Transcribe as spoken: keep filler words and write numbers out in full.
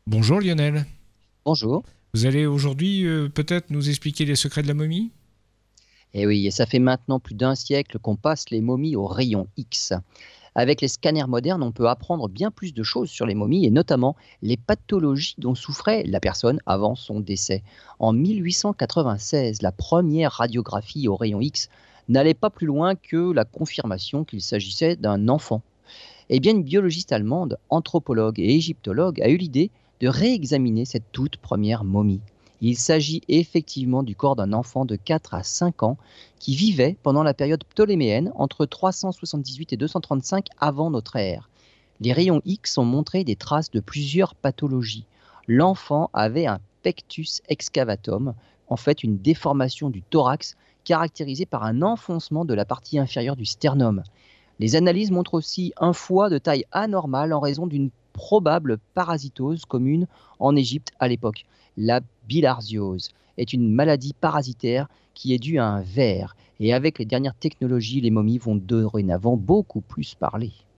Bonjour Lionel. Bonjour. Vous allez aujourd'hui euh, peut-être nous expliquer les secrets de la momie? Et oui, et ça fait maintenant plus d'un siècle qu'on passe les momies au rayon X. Avec les scanners modernes, on peut apprendre bien plus de choses sur les momies et notamment les pathologies dont souffrait la personne avant son décès. En mille huit cent quatre-vingt-seize, la première radiographie au rayon X n'allait pas plus loin que la confirmation qu'il s'agissait d'un enfant. Eh bien, une biologiste allemande, anthropologue et égyptologue, a eu l'idée de réexaminer cette toute première momie. Il s'agit effectivement du corps d'un enfant de quatre à cinq ans qui vivait pendant la période ptoléméenne entre trois cent soixante-dix-huit et deux cent trente-cinq avant notre ère. Les rayons X ont montré des traces de plusieurs pathologies. L'enfant avait un pectus excavatum, en fait une déformation du thorax caractérisée par un enfoncement de la partie inférieure du sternum. Les analyses montrent aussi un foie de taille anormale en raison d'une probable parasitose commune en Égypte à l'époque. La bilharziose est une maladie parasitaire qui est due à un ver. Et avec les dernières technologies, les momies vont dorénavant beaucoup plus parler.